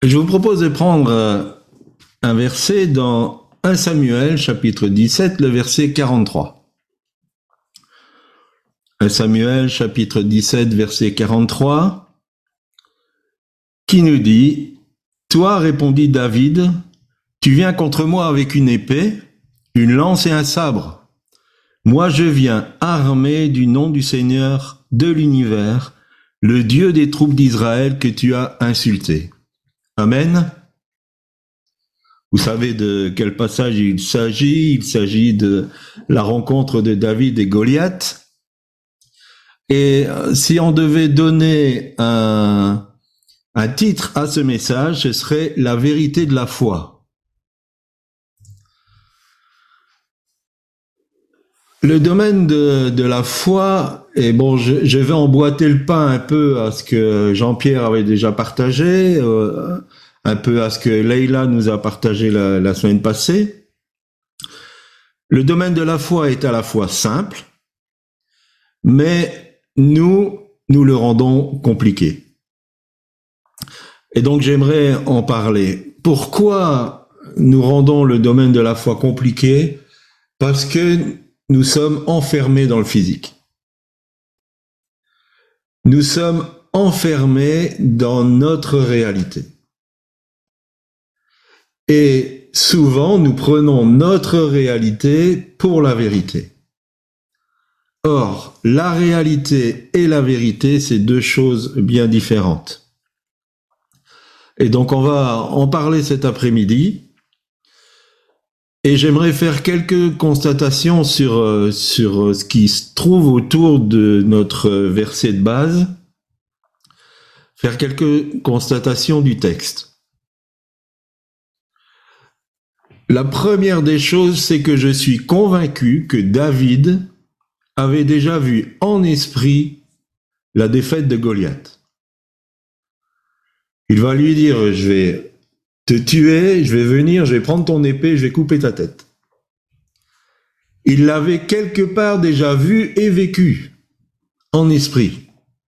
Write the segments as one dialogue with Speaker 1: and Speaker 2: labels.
Speaker 1: Je vous propose de prendre un verset dans 1 Samuel, chapitre 17, le verset 43. 1 Samuel, chapitre 17, verset 43, qui nous dit « Toi, répondit David, tu viens contre moi avec une épée, une lance et un sabre. Moi, je viens armé du nom du Seigneur de l'univers, le Dieu des troupes d'Israël que tu as insulté. » Amen. Vous savez de quel passage il s'agit. Il s'agit de la rencontre de David et Goliath. Et si on devait donner un titre à ce message, ce serait « La vérité de la foi ». Le domaine de la foi, et bon, je vais emboîter le pas un peu à ce que Jean-Pierre avait déjà partagé, un peu à ce que Leïla nous a partagé la semaine passée. Le domaine de la foi est à la fois simple, mais nous le rendons compliqué. Et donc j'aimerais en parler. Pourquoi nous rendons le domaine de la foi compliqué? Parce que nous sommes enfermés dans le physique. Nous sommes enfermés dans notre réalité. Et souvent, nous prenons notre réalité pour la vérité. Or, la réalité et la vérité, c'est deux choses bien différentes. Et donc, on va en parler cet après-midi. Et j'aimerais faire quelques constatations sur ce qui se trouve autour de notre verset de base. Faire quelques constatations du texte. La première des choses, c'est que je suis convaincu que David avait déjà vu en esprit la défaite de Goliath. Il va lui dire, je vais te tuer, je vais venir, je vais prendre ton épée, je vais couper ta tête. Il l'avait quelque part déjà vu et vécu en esprit.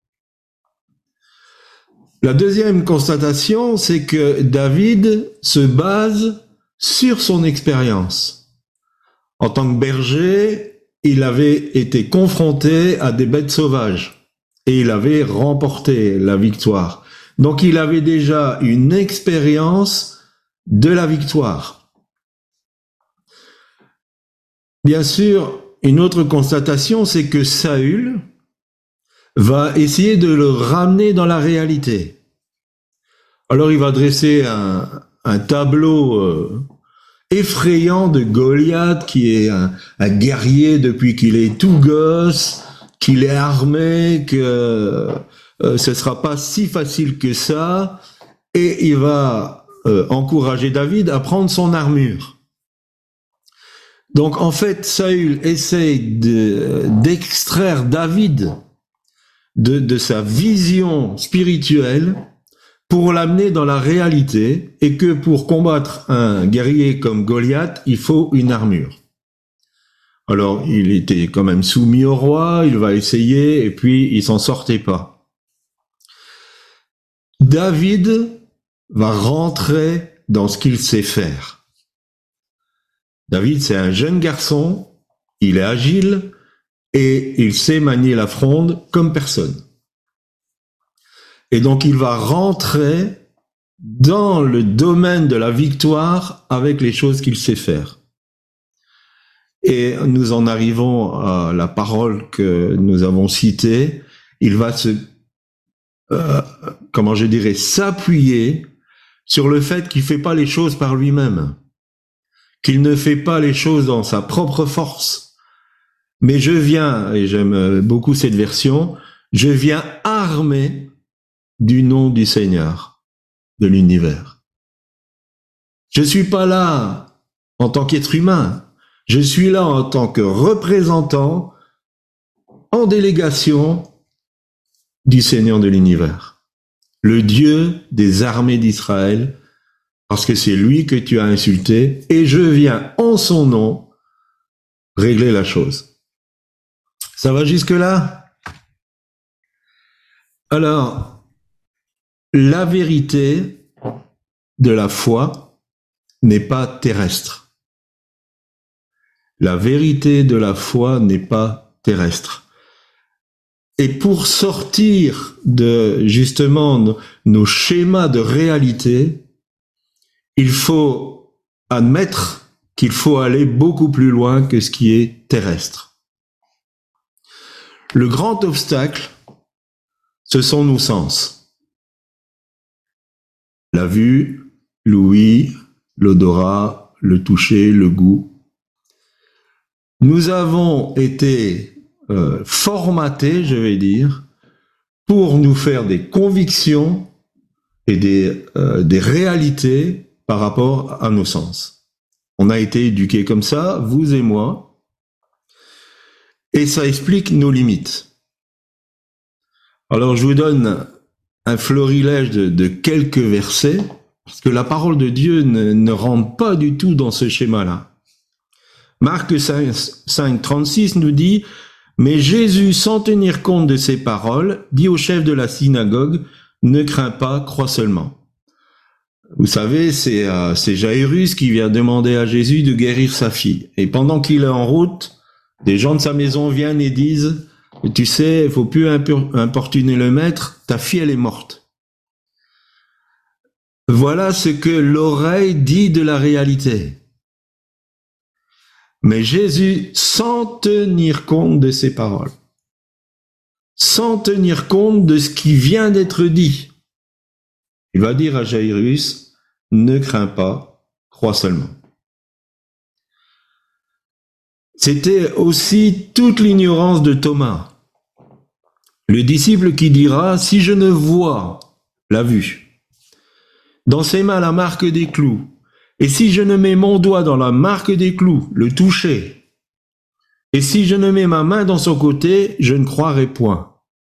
Speaker 1: La deuxième constatation, c'est que David se base sur son expérience. En tant que berger, il avait été confronté à des bêtes sauvages et il avait remporté la victoire. Donc il avait déjà une expérience de la victoire. Bien sûr, une autre constatation, c'est que Saül va essayer de le ramener dans la réalité. Alors il va dresser un tableau effrayant de Goliath, qui est un guerrier depuis qu'il est tout gosse, qu'il est armé, que ce sera pas si facile que ça, et il va encourager David à prendre son armure. Donc en fait, Saül essaye d'extraire David de sa vision spirituelle pour l'amener dans la réalité, et que pour combattre un guerrier comme Goliath, il faut une armure. Alors, il était quand même soumis au roi, il va essayer, et puis il s'en sortait pas. David va rentrer dans ce qu'il sait faire. David, c'est un jeune garçon, il est agile, et il sait manier la fronde comme personne. Et donc il va rentrer dans le domaine de la victoire avec les choses qu'il sait faire. Et nous en arrivons à la parole que nous avons citée. Il va s'appuyer sur le fait qu'il ne fait pas les choses par lui-même, qu'il ne fait pas les choses dans sa propre force. Mais je viens, et j'aime beaucoup cette version, je viens armé du nom du Seigneur de l'univers. Je suis pas là en tant qu'être humain, je suis là en tant que représentant en délégation du Seigneur de l'univers, le Dieu des armées d'Israël, parce que c'est lui que tu as insulté, et je viens en son nom régler la chose. Ça va jusque-là? Alors, la vérité de la foi n'est pas terrestre. La vérité de la foi n'est pas terrestre. Et pour sortir de, justement, nos schémas de réalité, il faut admettre qu'il faut aller beaucoup plus loin que ce qui est terrestre. Le grand obstacle, ce sont nos sens. La vue, l'ouïe, l'odorat, le toucher, le goût. Nous avons été formatés, je vais dire, pour nous faire des convictions et des réalités par rapport à nos sens. On a été éduqués comme ça, vous et moi, et ça explique nos limites. Alors je vous donne un florilège de quelques versets, parce que la parole de Dieu ne rentre pas du tout dans ce schéma-là. Marc 5, 36 nous dit « Mais Jésus, sans tenir compte de ces paroles, dit au chef de la synagogue, « Ne crains pas, crois seulement. » Vous savez, c'est Jairus qui vient demander à Jésus de guérir sa fille. Et pendant qu'il est en route, des gens de sa maison viennent et disent « Tu sais, il faut plus importuner le maître, ta fille elle est morte. » Voilà ce que l'oreille dit de la réalité. Mais Jésus, sans tenir compte de ces paroles, sans tenir compte de ce qui vient d'être dit, il va dire à Jairus, ne crains pas, crois seulement. C'était aussi toute l'ignorance de Thomas, le disciple qui dira, si je ne vois la vue, dans ses mains la marque des clous, et si je ne mets mon doigt dans la marque des clous, le toucher, et si je ne mets ma main dans son côté, je ne croirai point.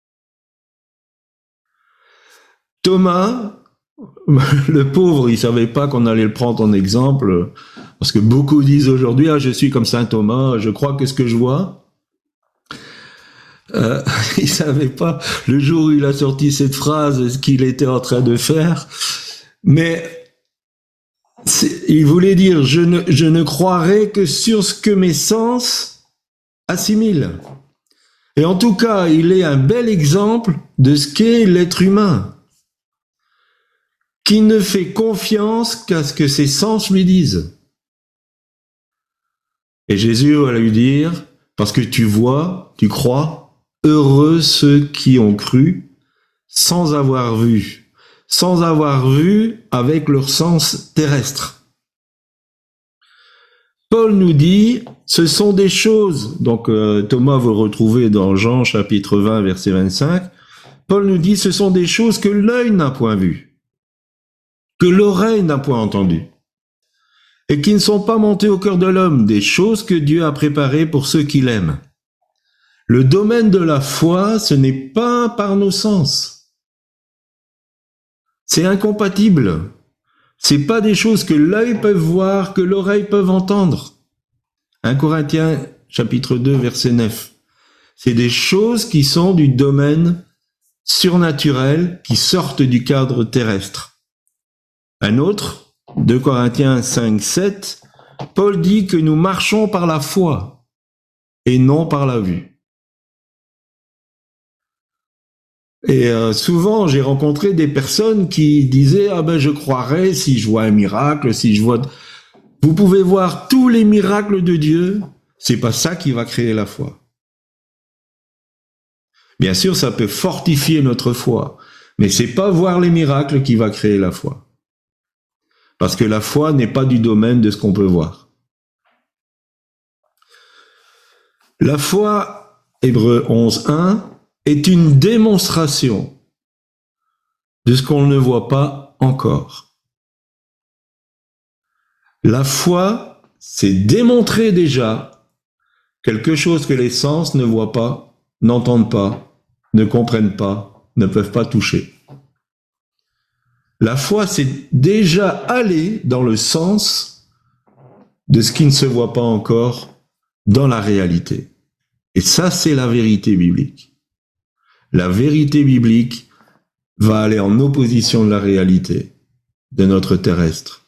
Speaker 1: Thomas, le pauvre, il savait pas qu'on allait le prendre en exemple, parce que beaucoup disent aujourd'hui, je suis comme saint Thomas, je crois que ce que je vois. Il savait pas le jour où il a sorti cette phrase ce qu'il était en train de faire, mais il voulait dire je ne croirai que sur ce que mes sens assimilent. Et en tout cas, il est un bel exemple de ce qu'est l'être humain, qui ne fait confiance qu'à ce que ses sens lui disent. Et Jésus va lui dire, parce que tu vois, tu crois, heureux ceux qui ont cru sans avoir vu avec leur sens terrestre. Paul nous dit, ce sont des choses, donc Thomas vous le retrouvez dans Jean chapitre 20 verset 25, Paul nous dit, ce sont des choses que l'œil n'a point vues, que l'oreille n'a point entendues, et qui ne sont pas montées au cœur de l'homme, des choses que Dieu a préparées pour ceux qui l'aiment. Le domaine de la foi, ce n'est pas par nos sens. C'est incompatible. C'est pas des choses que l'œil peut voir, que l'oreille peut entendre. 1 Corinthiens, chapitre 2, verset 9. C'est des choses qui sont du domaine surnaturel, qui sortent du cadre terrestre. Un autre, 2 Corinthiens 5, 7, Paul dit que nous marchons par la foi et non par la vue. Et souvent, j'ai rencontré des personnes qui disaient « Ah ben, je croirais si je vois un miracle, si je vois... » Vous pouvez voir tous les miracles de Dieu, c'est pas ça qui va créer la foi. Bien sûr, ça peut fortifier notre foi, mais c'est pas voir les miracles qui va créer la foi. Parce que la foi n'est pas du domaine de ce qu'on peut voir. La foi, Hébreux 11, 1, est une démonstration de ce qu'on ne voit pas encore. La foi, c'est démontrer déjà quelque chose que les sens ne voient pas, n'entendent pas, ne comprennent pas, ne peuvent pas toucher. La foi, c'est déjà aller dans le sens de ce qui ne se voit pas encore dans la réalité. Et ça, c'est la vérité biblique. La vérité biblique va aller en opposition de la réalité. de notre terrestre.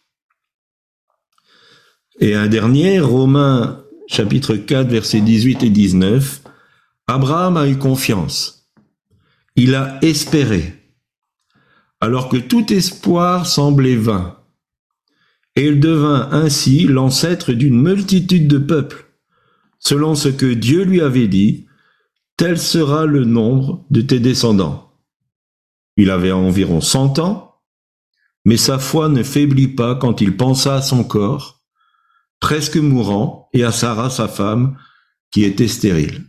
Speaker 1: Et un dernier, Romains chapitre 4, versets 18 et 19, Abraham a eu confiance. Il a espéré, alors que tout espoir semblait vain. Et il devint ainsi l'ancêtre d'une multitude de peuples, selon ce que Dieu lui avait dit, tel sera le nombre de tes descendants. Il avait environ 100 ans, mais sa foi ne faiblit pas quand il pensa à son corps, presque mourant, et à Sarah, sa femme, qui était stérile.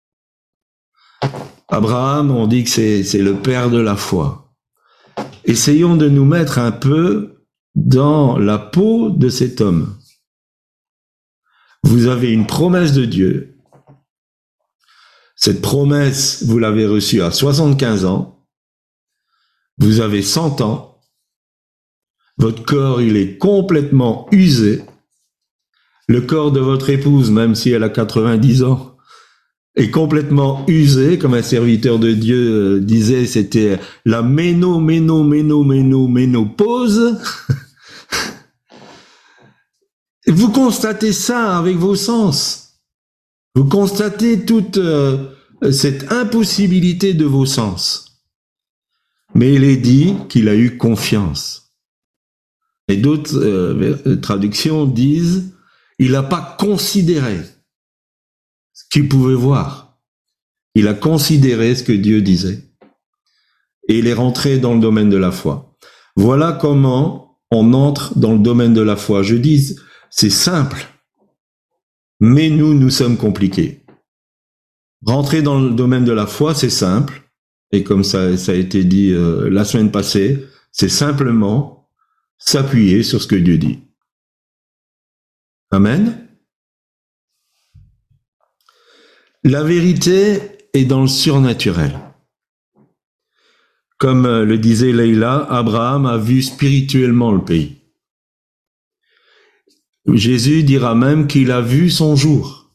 Speaker 1: Abraham, on dit que c'est le père de la foi. Essayons de nous mettre un peu dans la peau de cet homme. Vous avez une promesse de Dieu. Cette promesse, vous l'avez reçue à 75 ans. Vous avez 100 ans. Votre corps, il est complètement usé. Le corps de votre épouse, même si elle a 90 ans, est complètement usé, comme un serviteur de Dieu disait, c'était la ménopause. Vous constatez ça avec vos sens. Vous constatez toute cette impossibilité de vos sens. Mais il est dit qu'il a eu confiance. Et d'autres traductions disent, il n'a pas considéré ce qu'il pouvait voir. Il a considéré ce que Dieu disait. Et il est rentré dans le domaine de la foi. Voilà comment on entre dans le domaine de la foi. Je dis, c'est simple, mais nous sommes compliqués. Rentrer dans le domaine de la foi, c'est simple. Et comme ça a été dit la semaine passée, c'est simplement s'appuyer sur ce que Dieu dit. Amen. La vérité est dans le surnaturel. Comme le disait Leïla, Abraham a vu spirituellement le pays. Jésus dira même qu'il a vu son jour.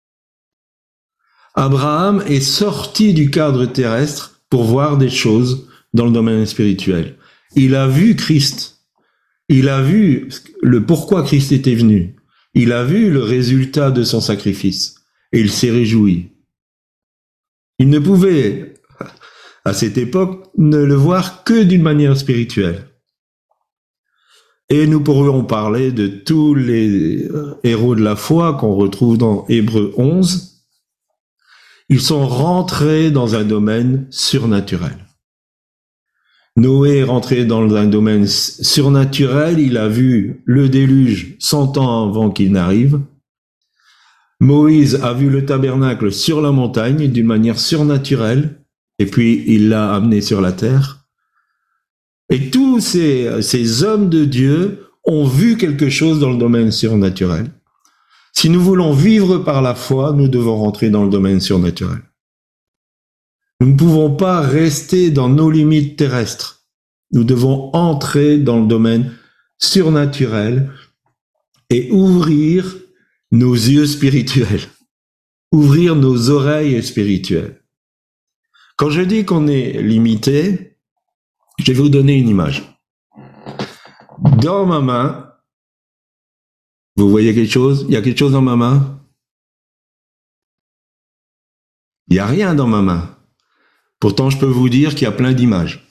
Speaker 1: Abraham est sorti du cadre terrestre pour voir des choses dans le domaine spirituel. Il a vu Christ. Il a vu le pourquoi Christ était venu. Il a vu le résultat de son sacrifice et il s'est réjoui. Il ne pouvait, à cette époque, ne le voir que d'une manière spirituelle. Et nous pourrions parler de tous les héros de la foi qu'on retrouve dans Hébreux 11. Ils sont rentrés dans un domaine surnaturel. Noé est rentré dans un domaine surnaturel, il a vu le déluge 100 ans avant qu'il n'arrive. Moïse a vu le tabernacle sur la montagne d'une manière surnaturelle, et puis il l'a amené sur la terre. Et tous ces hommes de Dieu ont vu quelque chose dans le domaine surnaturel. Si nous voulons vivre par la foi, nous devons rentrer dans le domaine surnaturel. Nous ne pouvons pas rester dans nos limites terrestres. Nous devons entrer dans le domaine surnaturel et ouvrir nos yeux spirituels, ouvrir nos oreilles spirituelles. Quand je dis qu'on est limité, je vais vous donner une image. Dans ma main, vous voyez quelque chose? Il y a quelque chose dans ma main? Il n'y a rien dans ma main. Pourtant, je peux vous dire qu'il y a plein d'images.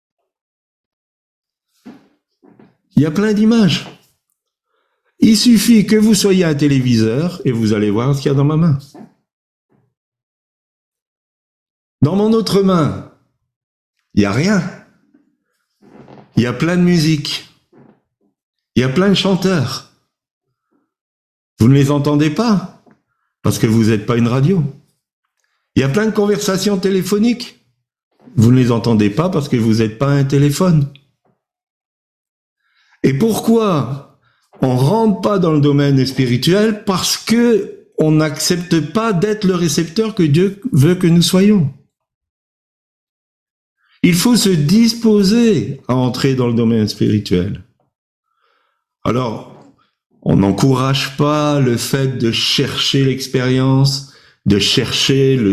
Speaker 1: Il y a plein d'images. Il suffit que vous soyez un téléviseur et vous allez voir ce qu'il y a dans ma main. Dans mon autre main, il n'y a rien. Il y a plein de musique. Il y a plein de chanteurs. Vous ne les entendez pas parce que vous n'êtes pas une radio. Il y a plein de conversations téléphoniques. Vous ne les entendez pas parce que vous n'êtes pas un téléphone. Et pourquoi on ne rentre pas dans le domaine spirituel? Parce que on n'accepte pas d'être le récepteur que Dieu veut que nous soyons. Il faut se disposer à entrer dans le domaine spirituel. Alors, on n'encourage pas le fait de chercher l'expérience, de chercher le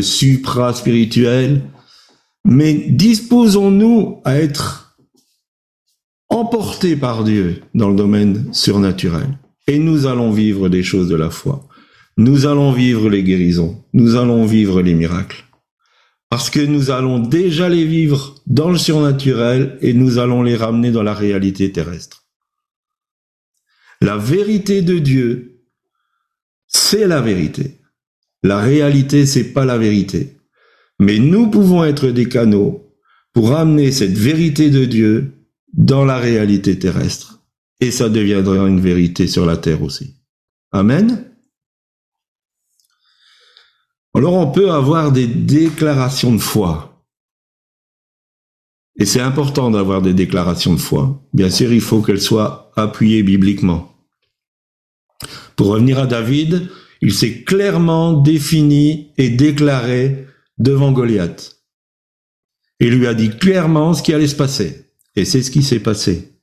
Speaker 1: supra-spirituel, mais disposons-nous à être emportés par Dieu dans le domaine surnaturel. Et nous allons vivre des choses de la foi. Nous allons vivre les guérisons. Nous allons vivre les miracles. Parce que nous allons déjà les vivre dans le surnaturel et nous allons les ramener dans la réalité terrestre. La vérité de Dieu, c'est la vérité. La réalité, c'est pas la vérité. Mais nous pouvons être des canaux pour ramener cette vérité de Dieu dans la réalité terrestre. Et ça deviendra une vérité sur la terre aussi. Amen. Alors on peut avoir des déclarations de foi. Et c'est important d'avoir des déclarations de foi. Bien sûr, il faut qu'elles soient appuyées bibliquement. Pour revenir à David, il s'est clairement défini et déclaré devant Goliath. Il lui a dit clairement ce qui allait se passer. Et c'est ce qui s'est passé.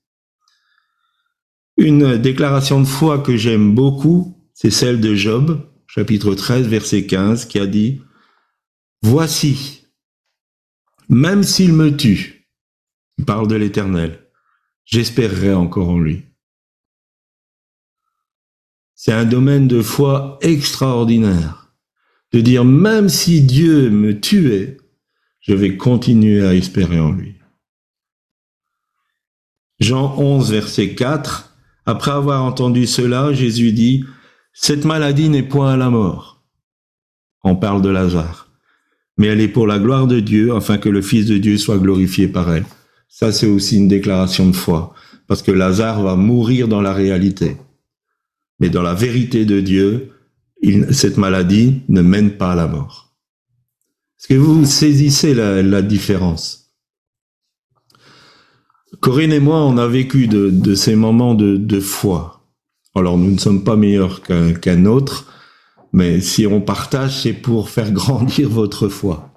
Speaker 1: Une déclaration de foi que j'aime beaucoup, c'est celle de Job, chapitre 13, verset 15, qui a dit « Voici, même s'il me tue, il parle de l'Éternel, j'espérerai encore en lui. » C'est un domaine de foi extraordinaire, de dire même si Dieu me tuait, je vais continuer à espérer en lui. Jean 11, verset 4, après avoir entendu cela, Jésus dit « Cette maladie n'est point à la mort. » On parle de Lazare. Mais elle est pour la gloire de Dieu, afin que le Fils de Dieu soit glorifié par elle. Ça, c'est aussi une déclaration de foi, parce que Lazare va mourir dans la réalité. Mais dans la vérité de Dieu, cette maladie ne mène pas à la mort. Est-ce que vous saisissez la différence? Corinne et moi, on a vécu de ces moments de foi. Alors, nous ne sommes pas meilleurs qu'un autre, mais si on partage, c'est pour faire grandir votre foi.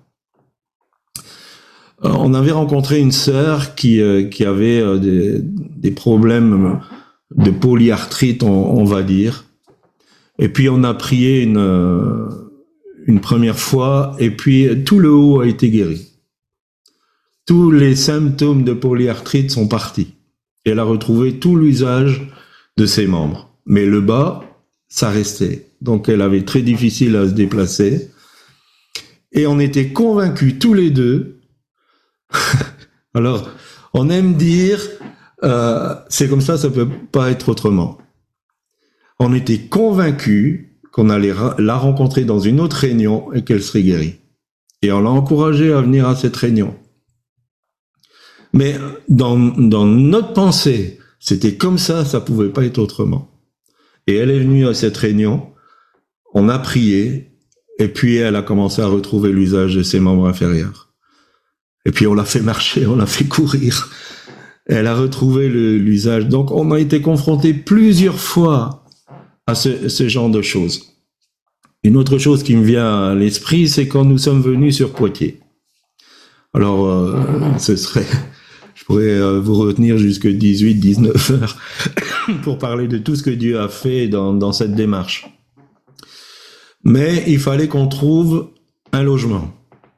Speaker 1: On avait rencontré une sœur qui avait des problèmes de polyarthrite, on va dire. Et puis, on a prié une première fois, et puis tout le haut a été guéri. Tous les symptômes de polyarthrite sont partis. Et elle a retrouvé tout l'usage de ses membres. Mais le bas, ça restait. Donc elle avait très difficile à se déplacer. Et on était convaincus tous les deux. Alors, on aime dire, c'est comme ça peut pas être autrement. On était convaincus qu'on allait la rencontrer dans une autre réunion et qu'elle serait guérie. Et on l'a encouragée à venir à cette réunion. Mais dans notre pensée, c'était comme ça pouvait pas être autrement. Et elle est venue à cette réunion, on a prié, et puis elle a commencé à retrouver l'usage de ses membres inférieurs. Et puis on l'a fait marcher, on l'a fait courir. Elle a retrouvé l'usage. Donc on a été confronté plusieurs fois à ce genre de choses. Une autre chose qui me vient à l'esprit, c'est quand nous sommes venus sur Poitiers. Alors, je pourrais vous retenir jusque 18, 19 heures pour parler de tout ce que Dieu a fait dans cette démarche. Mais il fallait qu'on trouve un logement.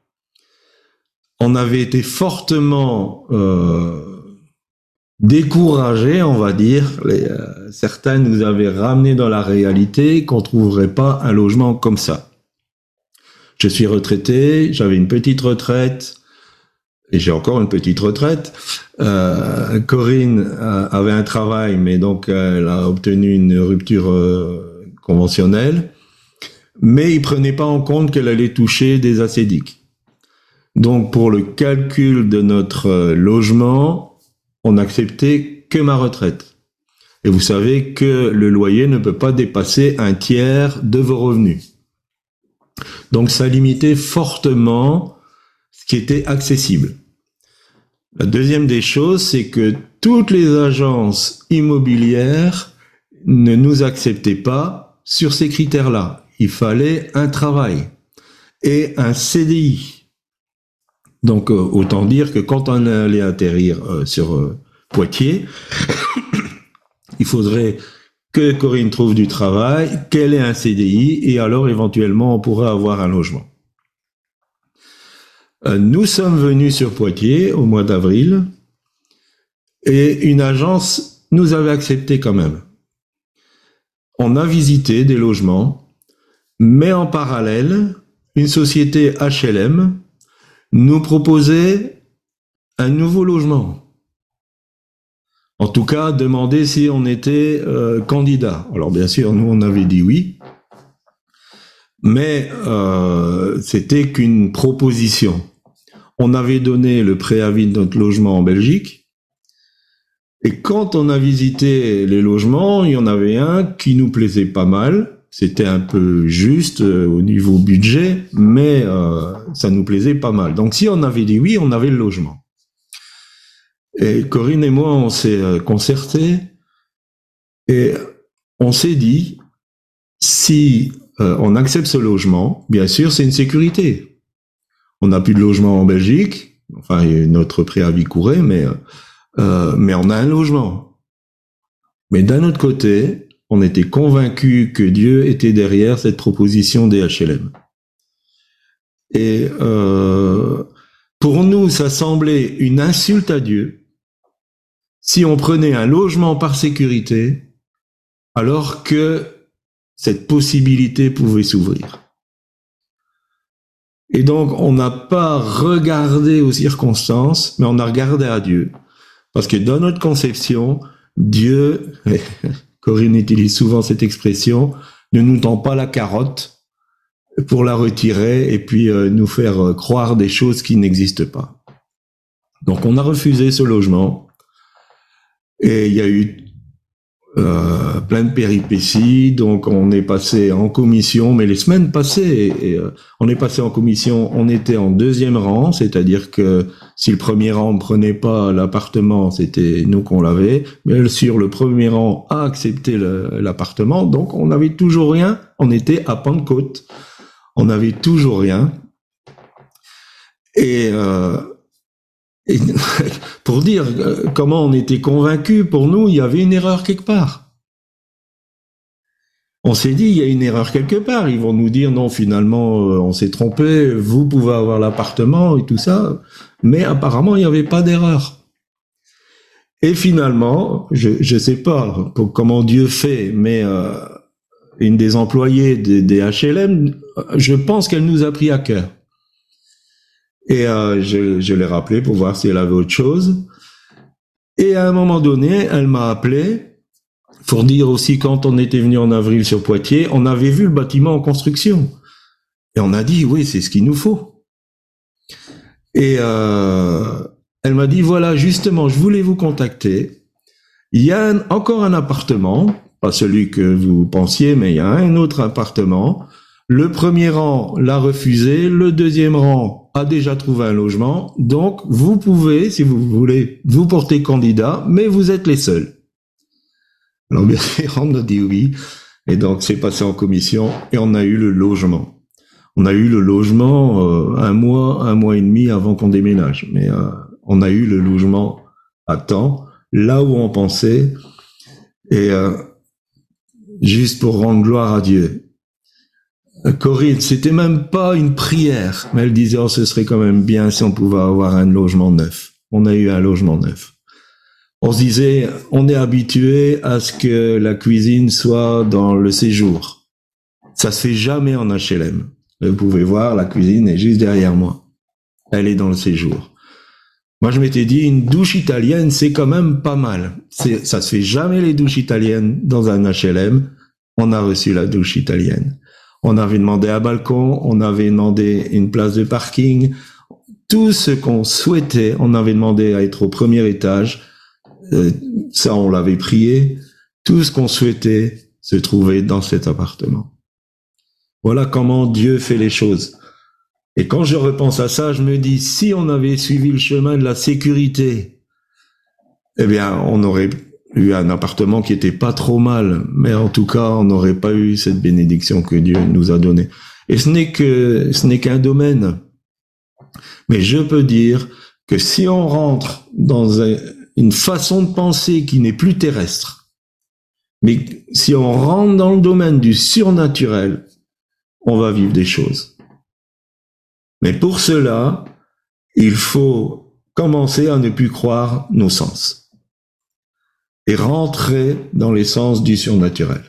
Speaker 1: On avait été fortement découragés, on va dire. Certains nous avaient ramenés dans la réalité qu'on trouverait pas un logement comme ça. Je suis retraité, j'avais une petite retraite, et j'ai encore une petite retraite. Corinne avait un travail, mais donc elle a obtenu une rupture conventionnelle, mais il prenait pas en compte qu'elle allait toucher des assédiques. Donc pour le calcul de notre logement, on n'acceptait que ma retraite. Et vous savez que le loyer ne peut pas dépasser un tiers de vos revenus. Donc ça limitait fortement ce qui était accessible. La deuxième des choses, c'est que toutes les agences immobilières ne nous acceptaient pas sur ces critères-là. Il fallait un travail et un CDI. Donc autant dire que quand on allait atterrir sur Poitiers, il faudrait que Corinne trouve du travail, qu'elle ait un CDI, et alors éventuellement on pourrait avoir un logement. Nous sommes venus sur Poitiers au mois d'avril, Et une agence nous avait accepté quand même. On a visité des logements, mais en parallèle, une société HLM nous proposait un nouveau logement. En tout cas, demander si on était candidat. Alors bien sûr, nous on avait dit oui, mais c'était qu'une proposition. On avait donné le préavis de notre logement en Belgique, et quand on a visité les logements, il y en avait un qui nous plaisait pas mal. C'était un peu juste au niveau budget, mais ça nous plaisait pas mal. Donc si on avait dit oui, on avait le logement. Et Corinne et moi, on s'est concertés et on s'est dit, si on accepte ce logement, bien sûr, c'est une sécurité. On n'a plus de logement en Belgique, enfin, notre préavis courait, mais on a un logement. Mais d'un autre côté, on était convaincus que Dieu était derrière cette proposition des HLM. Et pour nous, ça semblait une insulte à Dieu si on prenait un logement par sécurité, alors que cette possibilité pouvait s'ouvrir. Et donc, on n'a pas regardé aux circonstances, mais on a regardé à Dieu. Parce que dans notre conception, Dieu, Corinne utilise souvent cette expression, ne nous tend pas la carotte pour la retirer et puis nous faire croire des choses qui n'existent pas. Donc, on a refusé ce logement. Et il y a eu plein de péripéties, donc on est passé en commission, mais les semaines passées, on est passé en commission, on était en deuxième rang, c'est-à-dire que si le premier rang ne prenait pas l'appartement, c'était nous qu'on l'avait, mais sur le premier rang a accepté l'appartement, donc on n'avait toujours rien, on était à Pentecôte, on n'avait toujours rien, et pour dire comment on était convaincus, pour nous, il y avait une erreur quelque part. On s'est dit, il y a une erreur quelque part. Ils vont nous dire, non, finalement, on s'est trompé, vous pouvez avoir l'appartement et tout ça. Mais apparemment, il n'y avait pas d'erreur. Et finalement, je sais pas comment Dieu fait, mais une des employées des HLM, je pense qu'elle nous a pris à cœur. Et je l'ai rappelé pour voir si elle avait autre chose. Et à un moment donné, elle m'a appelé pour dire aussi, quand on était venu en avril sur Poitiers, on avait vu le bâtiment en construction. Et on a dit, oui, c'est ce qu'il nous faut. Et elle m'a dit, voilà, justement, je voulais vous contacter. Il y a encore un appartement, pas celui que vous pensiez, mais il y a un autre appartement. Le premier rang l'a refusé, le deuxième rang a déjà trouvé un logement, donc vous pouvez, si vous voulez, vous porter candidat, mais vous êtes les seuls. Alors bien sûr, on a dit oui, et donc c'est passé en commission, et on a eu le logement. On a eu le logement un mois et demi avant qu'on déménage, mais on a eu le logement à temps, là où on pensait, et juste pour rendre gloire à Dieu. Corinne, c'était même pas une prière, mais elle disait, oh, ce serait quand même bien si on pouvait avoir un logement neuf. On a eu un logement neuf. On se disait, on est habitué à ce que la cuisine soit dans le séjour. Ça se fait jamais en HLM. Vous pouvez voir, la cuisine est juste derrière moi. Elle est dans le séjour. Moi, je m'étais dit, une douche italienne, c'est quand même pas mal. Ça se fait jamais les douches italiennes dans un HLM. On a reçu la douche italienne. On avait demandé un balcon, on avait demandé une place de parking. Tout ce qu'on souhaitait, on avait demandé à être au premier étage. Ça, on l'avait prié. Tout ce qu'on souhaitait se trouvait dans cet appartement. Voilà comment Dieu fait les choses. Et quand je repense à ça, je me dis, si on avait suivi le chemin de la sécurité, eh bien, on aurait eu un appartement qui était pas trop mal, mais en tout cas, on n'aurait pas eu cette bénédiction que Dieu nous a donnée. Et ce n'est qu'un domaine. Mais je peux dire que si on rentre dans une façon de penser qui n'est plus terrestre, mais si on rentre dans le domaine du surnaturel, on va vivre des choses. Mais pour cela, il faut commencer à ne plus croire nos sens. et rentrer dans l'essence du surnaturel.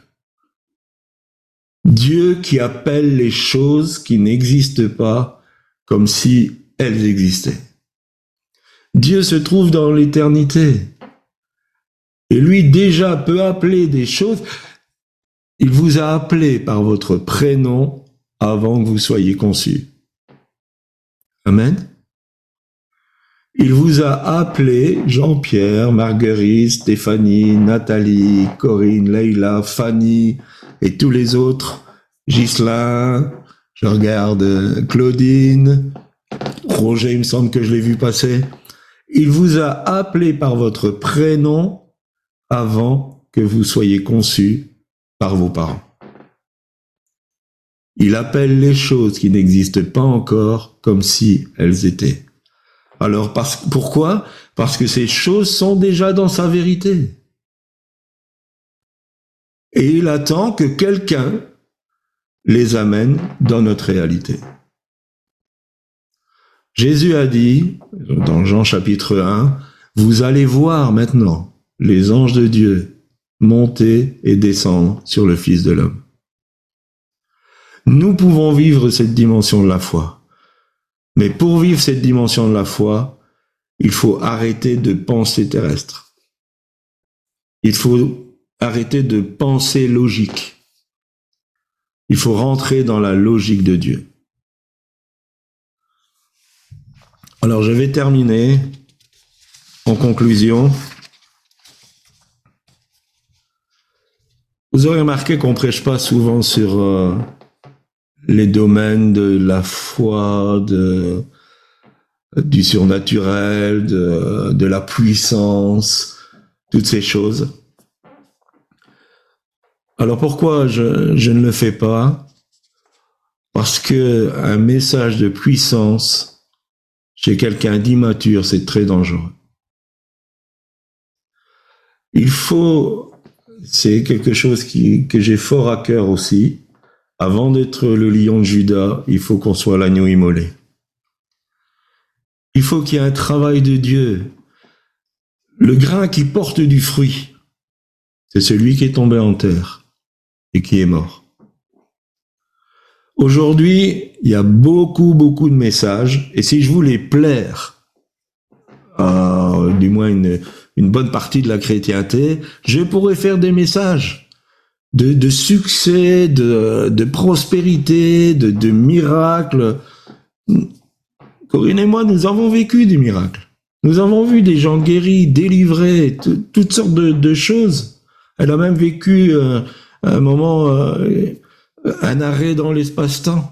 Speaker 1: Dieu qui appelle les choses qui n'existent pas comme si elles existaient. Dieu se trouve dans l'éternité. Et lui déjà peut appeler des choses. Il vous a appelé par votre prénom avant que vous soyez conçus. Amen. Il vous a appelé Jean-Pierre, Marguerite, Stéphanie, Nathalie, Corinne, Leïla, Fanny et tous les autres. Ghislain, je regarde Claudine, Roger, il me semble que je l'ai vu passer. Il vous a appelé par votre prénom avant que vous soyez conçus par vos parents. Il appelle les choses qui n'existent pas encore comme si elles étaient. Alors, pourquoi ? Parce que ces choses sont déjà dans sa vérité. Et il attend que quelqu'un les amène dans notre réalité. Jésus a dit, dans Jean chapitre 1, « Vous allez voir maintenant les anges de Dieu monter et descendre sur le Fils de l'homme. » Nous pouvons vivre cette dimension de la foi. Mais pour vivre cette dimension de la foi, il faut arrêter de penser terrestre. Il faut arrêter de penser logique. Il faut rentrer dans la logique de Dieu. Alors je vais terminer en conclusion. Vous aurez remarqué qu'on prêche pas souvent sur les domaines de la foi, du surnaturel, de la puissance, toutes ces choses. Alors pourquoi je ne le fais pas ? Parce que un message de puissance chez quelqu'un d'immature, c'est très dangereux. Il faut, c'est quelque chose que j'ai fort à cœur aussi, avant d'être le lion de Juda, il faut qu'on soit l'agneau immolé. Il faut qu'il y ait un travail de Dieu. Le grain qui porte du fruit, c'est celui qui est tombé en terre et qui est mort. Aujourd'hui, il y a beaucoup de messages, et si je voulais plaire à du moins une bonne partie de la chrétienté, je pourrais faire des messages de succès, de prospérité, de miracles. Corinne et moi, nous avons vécu des miracles. Nous avons vu des gens guéris, délivrés, toutes sortes de choses. Elle a même vécu un moment, un arrêt dans l'espace-temps.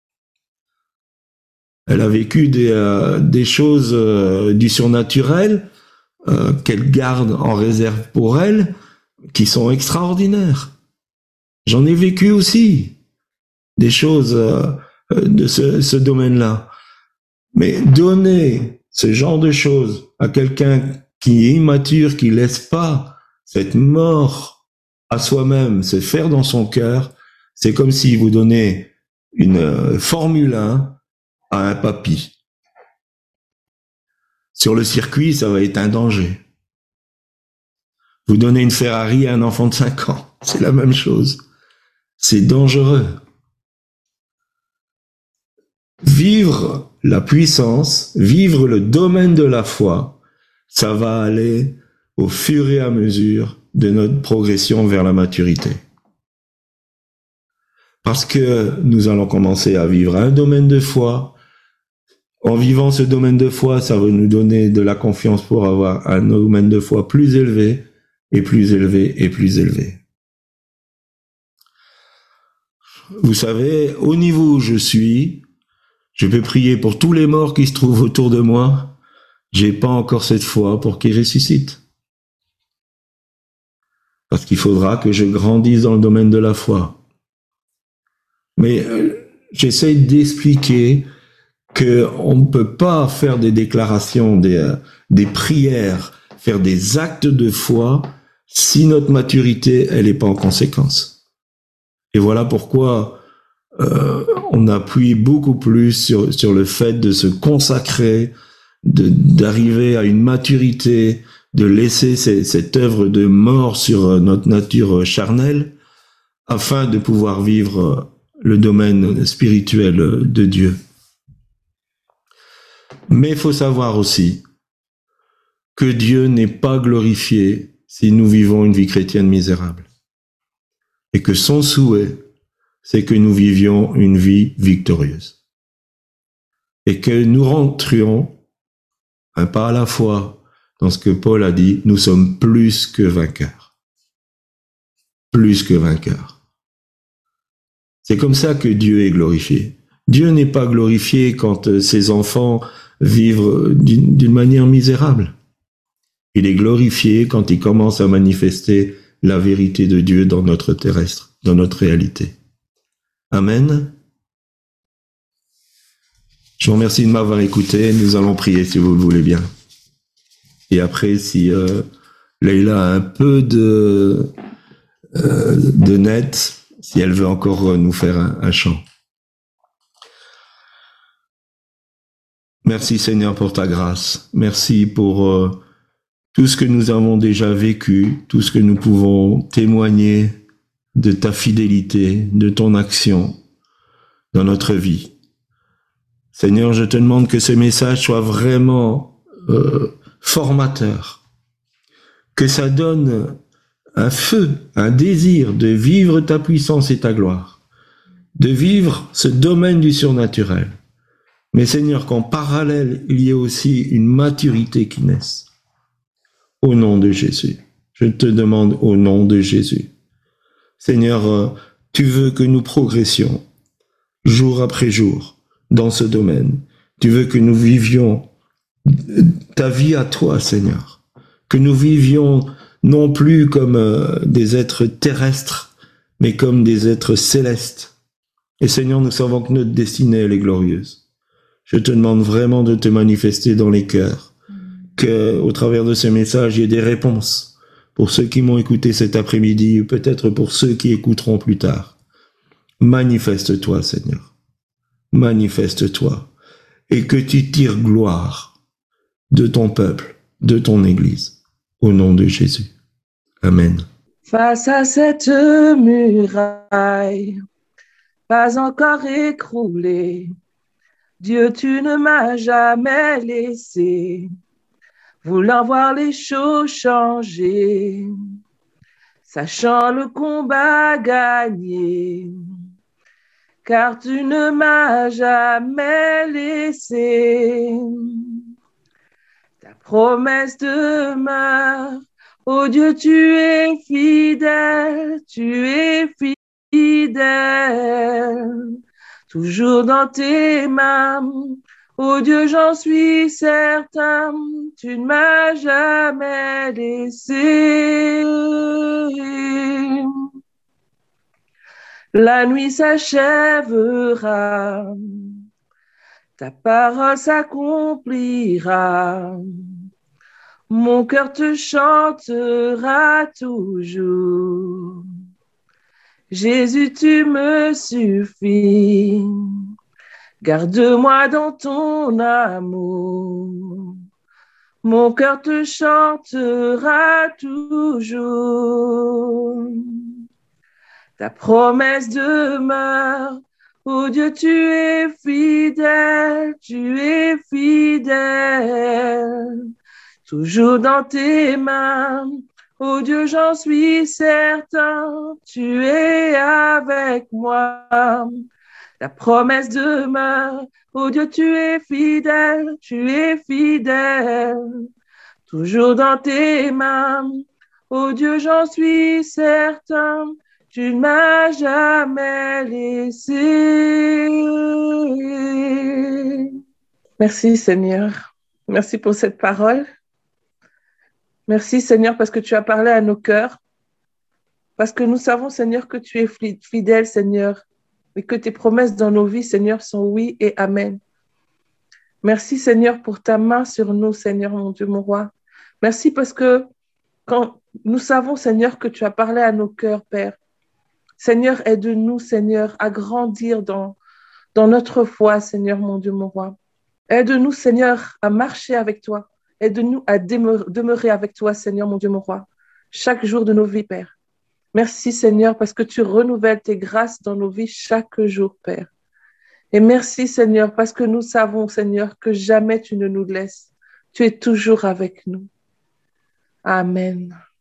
Speaker 1: Elle a vécu des choses du surnaturel qu'elle garde en réserve pour elle, qui sont extraordinaires. J'en ai vécu aussi des choses de ce domaine-là. Mais donner ce genre de choses à quelqu'un qui est immature, qui laisse pas cette mort à soi-même se faire dans son cœur, c'est comme si vous donnez une Formule 1 à un papy. Sur le circuit, ça va être un danger. Vous donnez une Ferrari à un enfant de 5 ans, c'est la même chose. C'est dangereux. Vivre la puissance, vivre le domaine de la foi, ça va aller au fur et à mesure de notre progression vers la maturité. Parce que nous allons commencer à vivre un domaine de foi. En vivant ce domaine de foi, ça va nous donner de la confiance pour avoir un domaine de foi plus élevé, et plus élevé, et plus élevé. Vous savez, au niveau où je suis, je peux prier pour tous les morts qui se trouvent autour de moi. J'ai pas encore cette foi pour qu'ils ressuscitent. Parce qu'il faudra que je grandisse dans le domaine de la foi. Mais j'essaie d'expliquer qu'on ne peut pas faire des déclarations, des prières, faire des actes de foi si notre maturité, elle n'est pas en conséquence. Et voilà pourquoi on appuie beaucoup plus sur le fait de se consacrer, d'arriver à une maturité de laisser cette œuvre de mort sur notre nature charnelle afin de pouvoir vivre le domaine spirituel de Dieu. Mais il faut savoir aussi que Dieu n'est pas glorifié si nous vivons une vie chrétienne misérable. Et que son souhait, c'est que nous vivions une vie victorieuse. Et que nous rentrions, un pas à la fois, dans ce que Paul a dit, nous sommes plus que vainqueurs. Plus que vainqueurs. C'est comme ça que Dieu est glorifié. Dieu n'est pas glorifié quand ses enfants vivent d'une manière misérable. Il est glorifié quand il commence à manifester la vérité de Dieu dans notre terrestre, dans notre réalité. Amen. Je vous remercie de m'avoir écouté. Nous allons prier si vous le voulez bien. Et après, si Leïla a un peu de net, si elle veut encore nous faire un chant. Merci Seigneur pour ta grâce. Merci pour tout ce que nous avons déjà vécu, tout ce que nous pouvons témoigner de ta fidélité, de ton action dans notre vie. Seigneur, je te demande que ce message soit vraiment formateur, que ça donne un feu, un désir de vivre ta puissance et ta gloire, de vivre ce domaine du surnaturel. Mais Seigneur, qu'en parallèle, il y ait aussi une maturité qui naisse. Au nom de Jésus. Je te demande au nom de Jésus. Seigneur, tu veux que nous progressions jour après jour dans ce domaine. Tu veux que nous vivions ta vie à toi, Seigneur. Que nous vivions non plus comme des êtres terrestres, mais comme des êtres célestes. Et Seigneur, nous savons que notre destinée, elle est glorieuse. Je te demande vraiment de te manifester dans les cœurs. Que, au travers de ce message, il y ait des réponses pour ceux qui m'ont écouté cet après-midi, ou peut-être pour ceux qui écouteront plus tard. Manifeste-toi, Seigneur. Manifeste-toi. Et que tu tires gloire de ton peuple, de ton Église. Au nom de Jésus. Amen.
Speaker 2: Face à cette muraille, pas encore écroulée, Dieu, tu ne m'as jamais laissé. Voulant voir les choses changer, sachant le combat gagné, car tu ne m'as jamais laissé. Ta promesse demeure, oh Dieu, tu es fidèle, toujours dans tes mains. Oh Dieu, j'en suis certain, tu ne m'as jamais laissé. La nuit s'achèvera, ta parole s'accomplira. Mon cœur te chantera toujours. Jésus, tu me suffis. Garde-moi dans ton amour, mon cœur te chantera toujours. Ta promesse demeure, oh Dieu, tu es fidèle, toujours dans tes mains. Oh Dieu, j'en suis certain, tu es avec moi. La promesse demeure, oh Dieu, tu es fidèle, toujours dans tes mains. Oh Dieu, j'en suis certain, tu ne m'as jamais laissé. Merci Seigneur, merci pour cette parole. Merci Seigneur parce que tu as parlé à nos cœurs, parce que nous savons Seigneur que tu es fidèle Seigneur, et que tes promesses dans nos vies, Seigneur, sont oui et amen. Merci, Seigneur, pour ta main sur nous, Seigneur, mon Dieu, mon roi. Merci parce que quand nous savons, Seigneur, que tu as parlé à nos cœurs, Père, Seigneur, aide-nous, Seigneur, à grandir dans notre foi, Seigneur, mon Dieu, mon roi. Aide-nous, Seigneur, à marcher avec toi. Aide-nous à demeurer avec toi, Seigneur, mon Dieu, mon roi, chaque jour de nos vies, Père. Merci, Seigneur, parce que tu renouvelles tes grâces dans nos vies chaque jour, Père. Et merci, Seigneur, parce que nous savons, Seigneur, que jamais tu ne nous laisses. Tu es toujours avec nous. Amen.